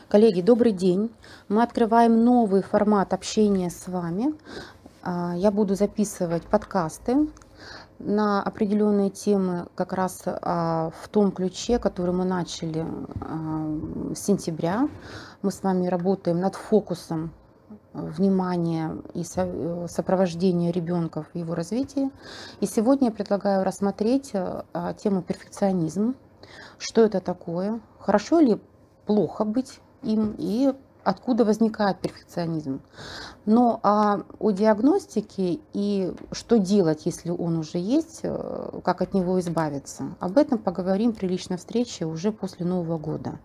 Коллеги, добрый день. Мы открываем новый формат общения с вами. Я буду записывать подкасты на определенные темы как раз в том ключе, который мы начали с сентября. Мы с вами работаем над фокусом внимания и сопровождения ребенка в его развитии. И сегодня я предлагаю рассмотреть тему перфекционизм. Что это такое? Хорошо ли плохо быть им и откуда возникает перфекционизм? Но о диагностике и что делать, если он уже есть, как от него избавиться, об этом поговорим при личной встрече уже после Нового года.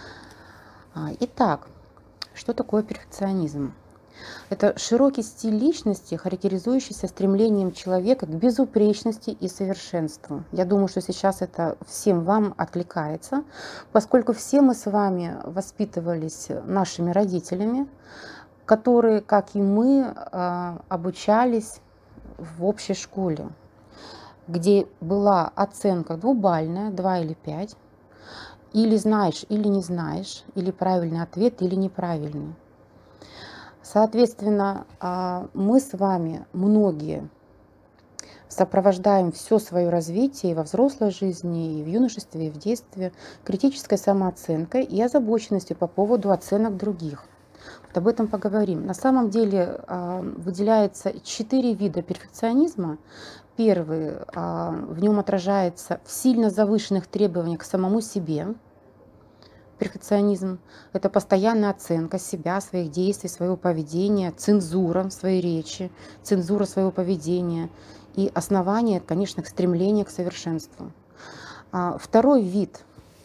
Итак, что такое перфекционизм? Это широкий стиль личности, характеризующийся стремлением человека к безупречности и совершенству. Я думаю, что сейчас это всем вам откликается, поскольку все мы с вами воспитывались нашими родителями, которые, как и мы, обучались в общей школе, где была оценка двубальная, 2 или 5, или знаешь, или не знаешь, или правильный ответ, или неправильный. Соответственно, мы с вами, многие, сопровождаем все свое развитие и во взрослой жизни, и в юношестве, и в детстве критической самооценкой и озабоченностью по поводу оценок других. Вот об этом поговорим. На самом деле выделяется 4 вида перфекционизма. Первый, в нем отражается в сильно завышенных требованиях к самому себе. Перфекционизм — это постоянная оценка себя, своих действий, своего поведения, цензура своей речи, цензура своего поведения и основание, конечно, к стремлению к совершенству. Второй вид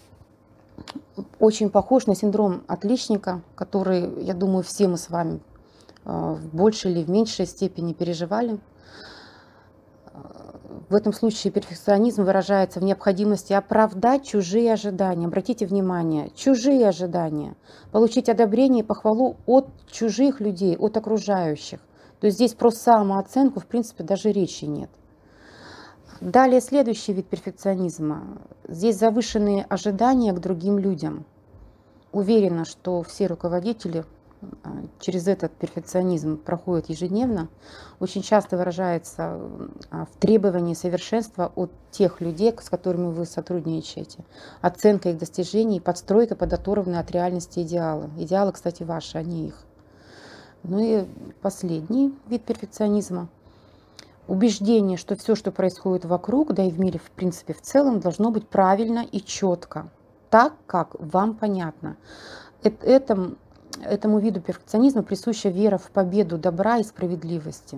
очень похож на синдром отличника, который, я думаю, все мы с вами в большей или в меньшей степени переживали. В этом случае перфекционизм выражается в необходимости оправдать чужие ожидания. Обратите внимание, чужие ожидания. Получить одобрение и похвалу от чужих людей, от окружающих. То есть здесь про самооценку, в принципе, даже речи нет. Далее следующий вид перфекционизма. Здесь завышенные ожидания к другим людям. Уверена, что все руководители через этот перфекционизм проходят ежедневно, очень часто выражается в требовании совершенства от тех людей, с которыми вы сотрудничаете. Оценка их достижений, подстройка под оторванные от реальности идеалы. Идеалы, кстати, ваши, а не их. Ну и последний вид перфекционизма. Убеждение, что все, что происходит вокруг, да и в мире, в принципе, в целом, должно быть правильно и четко, так, как вам понятно. Этому виду перфекционизма присуща вера в победу добра и справедливости.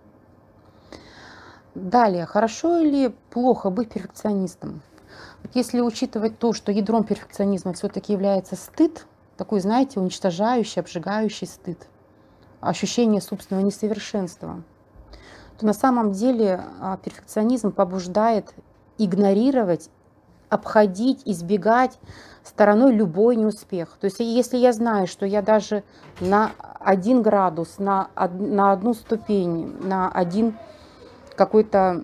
Далее, хорошо или плохо быть перфекционистом? Если учитывать то, что ядром перфекционизма все-таки является стыд, такой, знаете, уничтожающий, обжигающий стыд, ощущение собственного несовершенства, то на самом деле перфекционизм побуждает игнорировать, обходить, избегать стороной любой неуспех. То есть если я знаю, что я даже на 1 градус, на 1 ступень, на один какой-то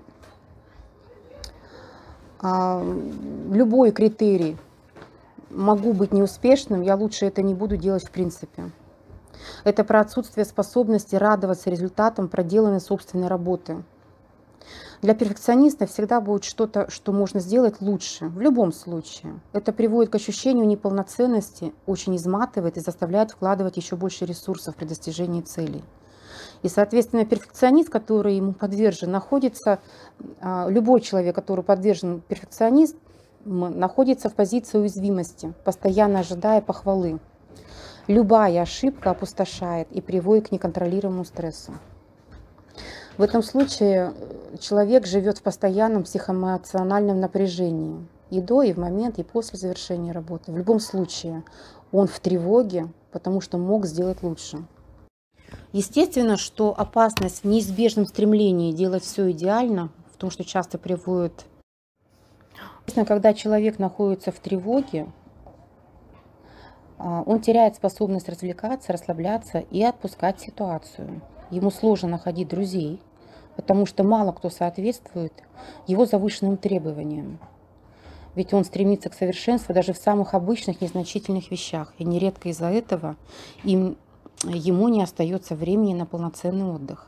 любой критерий могу быть неуспешным, я лучше это не буду делать в принципе. Это про отсутствие способности радоваться результатам проделанной собственной работы. Для перфекциониста всегда будет что-то, что можно сделать лучше, в любом случае. Это приводит к ощущению неполноценности, очень изматывает и заставляет вкладывать еще больше ресурсов при достижении целей. И, соответственно, перфекционист, который ему подвержен, находится, любой человек, который подвержен перфекционизму, находится в позиции уязвимости, постоянно ожидая похвалы. Любая ошибка опустошает и приводит к неконтролируемому стрессу. В этом случае человек живет в постоянном психоэмоциональном напряжении и до, и в момент, и после завершения работы. В любом случае он в тревоге, потому что мог сделать лучше. Естественно, что опасность в неизбежном стремлении делать все идеально, в том, что часто приводит... Когда человек находится в тревоге, он теряет способность развлекаться, расслабляться и отпускать ситуацию. Ему сложно находить друзей, потому что мало кто соответствует его завышенным требованиям. Ведь он стремится к совершенству даже в самых обычных, незначительных вещах. И нередко из-за этого ему не остается времени на полноценный отдых.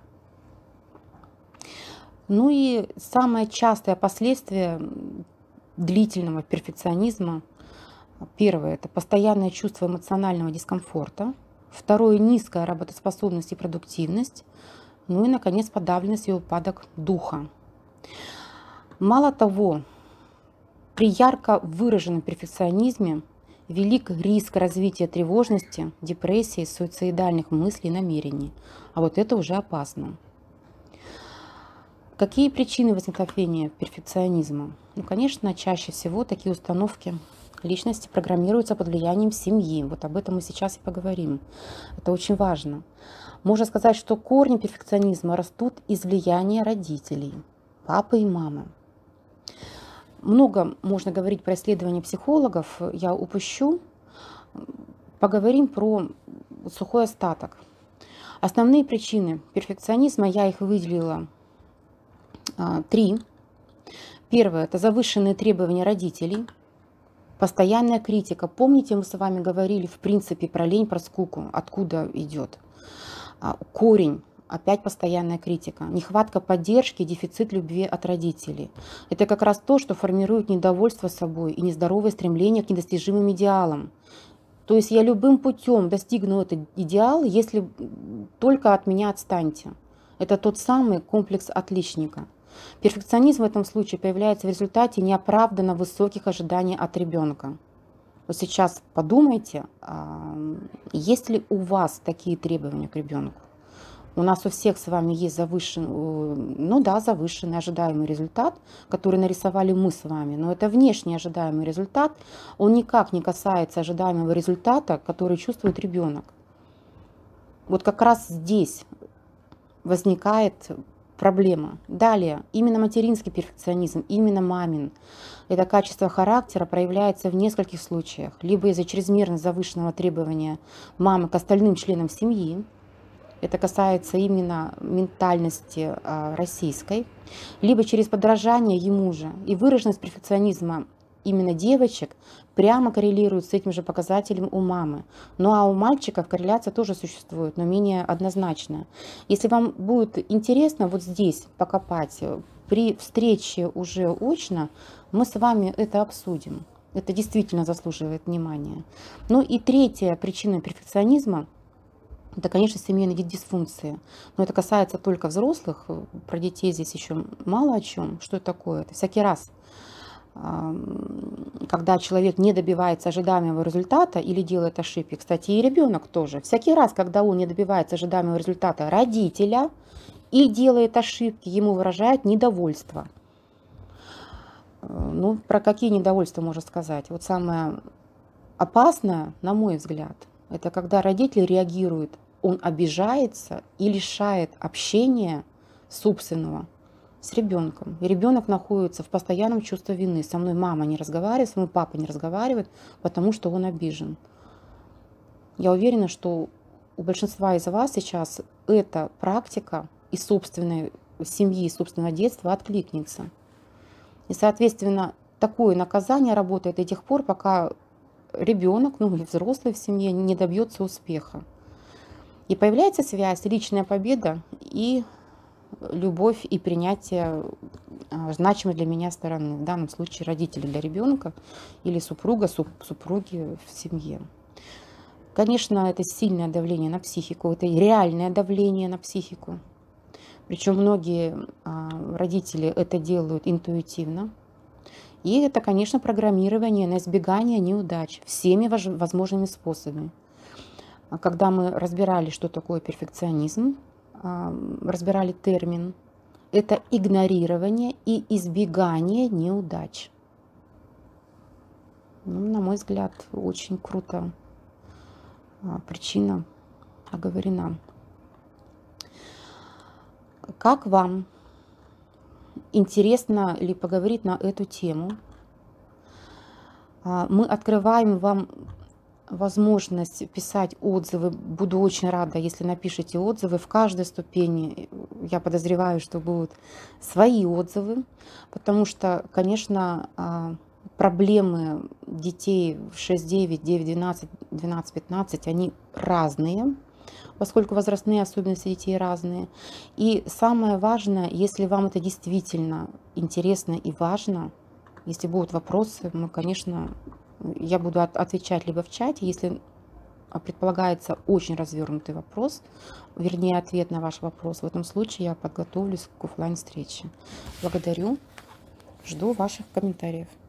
Ну и самое частое последствие длительного перфекционизма. Первое – это постоянное чувство эмоционального дискомфорта. Второе – низкая работоспособность и продуктивность. Ну и, наконец, подавленность и упадок духа. Мало того, при ярко выраженном перфекционизме велик риск развития тревожности, депрессии, суицидальных мыслей и намерений. А вот это уже опасно. Какие причины возникновения перфекционизма? Ну, конечно, чаще всего такие установки личности программируются под влиянием семьи. Вот об этом мы сейчас и поговорим. Это очень важно. Можно сказать, что корни перфекционизма растут из влияния родителей, папы и мамы. Много можно говорить про исследования психологов, я упущу. Поговорим про сухой остаток. Основные причины перфекционизма, я их выделила 3. Первое – это завышенные требования родителей, постоянная критика. Помните, мы с вами говорили в принципе про лень, про скуку, откуда идет. Корень. Опять постоянная критика. Нехватка поддержки, дефицит любви от родителей. Это как раз то, что формирует недовольство собой и нездоровое стремление к недостижимым идеалам. То есть я любым путем достигну этот идеал, если только от меня отстаньте. Это тот самый комплекс отличника. Перфекционизм в этом случае появляется в результате неоправданно высоких ожиданий от ребенка. Вот сейчас подумайте, есть ли у вас такие требования к ребенку? У нас у всех с вами есть завышенный ожидаемый результат, который нарисовали мы с вами. Но это внешний ожидаемый результат, он никак не касается ожидаемого результата, который чувствует ребенок. Вот как раз здесь возникает проблема. Далее, именно материнский перфекционизм, именно мамин. Это качество характера проявляется в нескольких случаях. Либо из-за чрезмерно завышенного требования мамы к остальным членам семьи. Это касается именно ментальности российской. Либо через подражание ему же. И выраженность перфекционизма именно девочек прямо коррелирует с этим же показателем у мамы. Ну а у мальчиков корреляция тоже существует, но менее однозначная. Если вам будет интересно вот здесь покопать, при встрече уже очно, мы с вами это обсудим. Это действительно заслуживает внимания. Ну и третья причина перфекционизма – это, конечно, семейные дисфункции. Но это касается только взрослых. Про детей здесь еще мало о чем. Что это такое? Это всякий раз, когда человек не добивается ожидаемого результата или делает ошибки. Кстати, и ребенок тоже. Всякий раз, когда он не добивается ожидаемого результата родителя и делает ошибки, ему выражают недовольство. Ну, про какие недовольства можно сказать? Вот самое опасное, на мой взгляд, это когда родители реагируют, он обижается и лишает общения собственного с ребенком. И ребенок находится в постоянном чувстве вины. Со мной мама не разговаривает, со мной папа не разговаривает, потому что он обижен. Я уверена, что у большинства из вас сейчас эта практика из собственной семьи, из собственного детства откликнется. И, соответственно, такое наказание работает до тех пор, пока ребенок, ну или взрослый в семье не добьется успеха. И появляется связь, личная победа и любовь и принятие значимой для меня стороны, в данном случае родителей для ребенка или супруга, супруги в семье. Конечно, это сильное давление на психику, это реальное давление на психику. Причем многие родители это делают интуитивно. И это, конечно, программирование на избегание неудач всеми возможными способами. Когда мы разбирали, что такое перфекционизм, разбирали термин, это игнорирование и избегание неудач. Ну, на мой взгляд, очень круто причина оговорена. Как вам? Интересно ли поговорить на эту тему? Мы открываем вам возможность писать отзывы. Буду очень рада, если напишите отзывы. В каждой ступени я подозреваю, что будут свои отзывы, потому что, конечно, проблемы детей в 6, 9, 9, 12, 12, 15, они разные, поскольку возрастные особенности детей разные. И самое важное, если вам это действительно интересно и важно, если будут вопросы, мы, конечно, я буду отвечать либо в чате, если предполагается очень развернутый вопрос, вернее, ответ на ваш вопрос. В этом случае я подготовлюсь к оффлайн встрече. Благодарю, жду ваших комментариев.